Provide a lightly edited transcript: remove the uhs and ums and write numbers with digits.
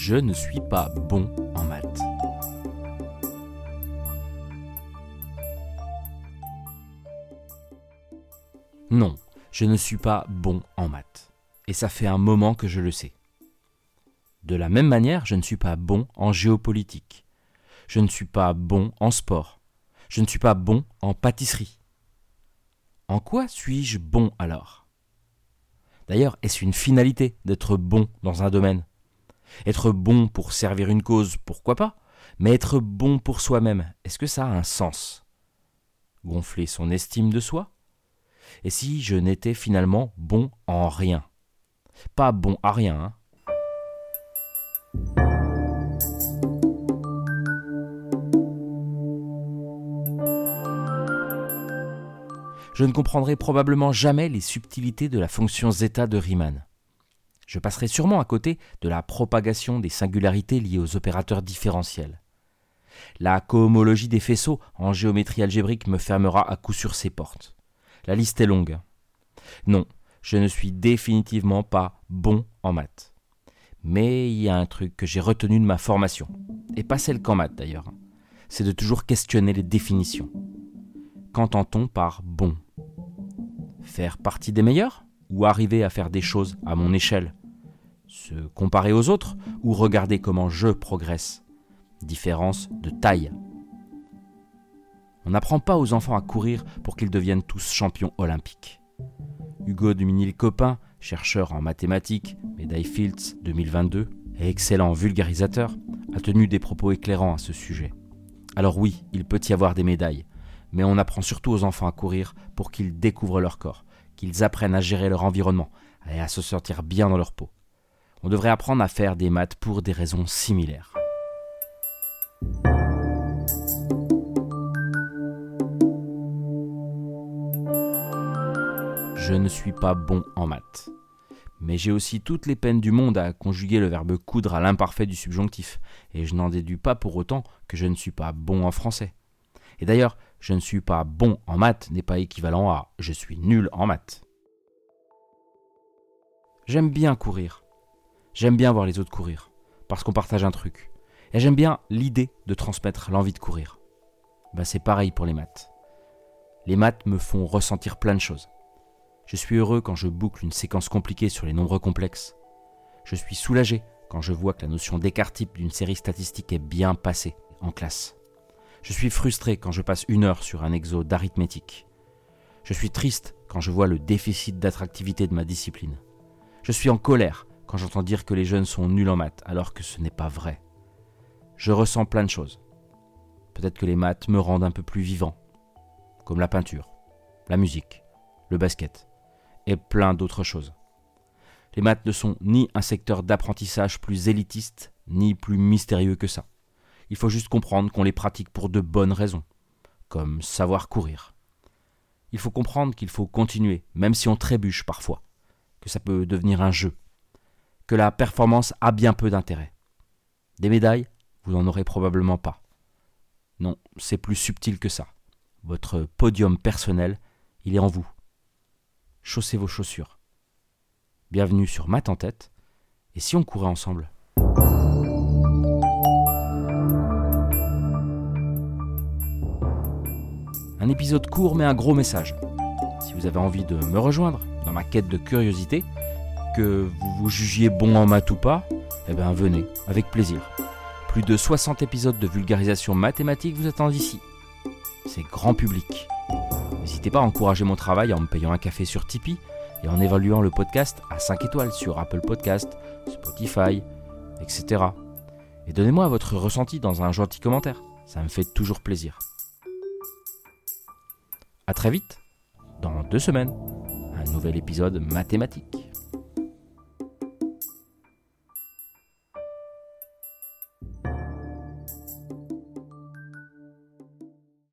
Je ne suis pas bon en maths. Non, je ne suis pas bon en maths. Et ça fait un moment que je le sais. De la même manière, je ne suis pas bon en géopolitique. Je ne suis pas bon en sport. Je ne suis pas bon en pâtisserie. En quoi suis-je bon alors ? D'ailleurs, est-ce une finalité d'être bon dans un domaine ? Être bon pour servir une cause, pourquoi pas ? Mais être bon pour soi-même, est-ce que ça a un sens ? Gonfler son estime de soi ? Et si je n'étais finalement bon en rien ? Pas bon à rien, hein ? Je ne comprendrai probablement jamais les subtilités de la fonction zeta de Riemann. Je passerai sûrement à côté de la propagation des singularités liées aux opérateurs différentiels. La cohomologie des faisceaux en géométrie algébrique me fermera à coup sûr ses portes. La liste est longue. Non, je ne suis définitivement pas bon en maths. Mais il y a un truc que j'ai retenu de ma formation, et pas celle qu'en maths d'ailleurs, c'est de toujours questionner les définitions. Qu'entend-on par bon ? Faire partie des meilleurs ? Ou arriver à faire des choses à mon échelle ? Se comparer aux autres ou regarder comment je progresse ? Différence de taille. On n'apprend pas aux enfants à courir pour qu'ils deviennent tous champions olympiques. Hugo Duminil-Copin, chercheur en mathématiques, médaille Fields 2022, et excellent vulgarisateur, a tenu des propos éclairants à ce sujet. Alors oui, il peut y avoir des médailles, mais on apprend surtout aux enfants à courir pour qu'ils découvrent leur corps, qu'ils apprennent à gérer leur environnement et à se sentir bien dans leur peau. On devrait apprendre à faire des maths pour des raisons similaires. Je ne suis pas bon en maths. Mais j'ai aussi toutes les peines du monde à conjuguer le verbe coudre à l'imparfait du subjonctif, et je n'en déduis pas pour autant que je ne suis pas bon en français. Et d'ailleurs, je ne suis pas bon en maths n'est pas équivalent à je suis nul en maths. J'aime bien courir. J'aime bien voir les autres courir, parce qu'on partage un truc. Et j'aime bien l'idée de transmettre l'envie de courir. C'est pareil pour les maths. Les maths me font ressentir plein de choses. Je suis heureux quand je boucle une séquence compliquée sur les nombres complexes. Je suis soulagé quand je vois que la notion d'écart-type d'une série statistique est bien passée en classe. Je suis frustré quand je passe 1 heure sur un exo d'arithmétique. Je suis triste quand je vois le déficit d'attractivité de ma discipline. Je suis en colère quand j'entends dire que les jeunes sont nuls en maths alors que ce n'est pas vrai. Je ressens plein de choses. Peut-être que les maths me rendent un peu plus vivant, comme la peinture, la musique, le basket et plein d'autres choses. Les maths ne sont ni un secteur d'apprentissage plus élitiste, ni plus mystérieux que ça. Il faut juste comprendre qu'on les pratique pour de bonnes raisons, comme savoir courir. Il faut comprendre qu'il faut continuer, même si on trébuche parfois, que ça peut devenir un jeu, que la performance a bien peu d'intérêt. Des médailles, vous n'en aurez probablement pas. Non, c'est plus subtil que ça. Votre podium personnel, il est en vous. Chaussez vos chaussures. Bienvenue sur Maths en tête, et si on courait ensemble ? Un épisode court mais un gros message. Si vous avez envie de me rejoindre dans ma quête de curiosité, que vous vous jugiez bon en maths ou pas, venez, avec plaisir. Plus de 60 épisodes de vulgarisation mathématique vous attendent ici. C'est grand public. N'hésitez pas à encourager mon travail en me payant un café sur Tipeee et en évaluant le podcast à 5 étoiles sur Apple Podcast, Spotify, etc. Et donnez-moi votre ressenti dans un gentil commentaire, ça me fait toujours plaisir. À très vite, dans 2 semaines, un nouvel épisode mathématique.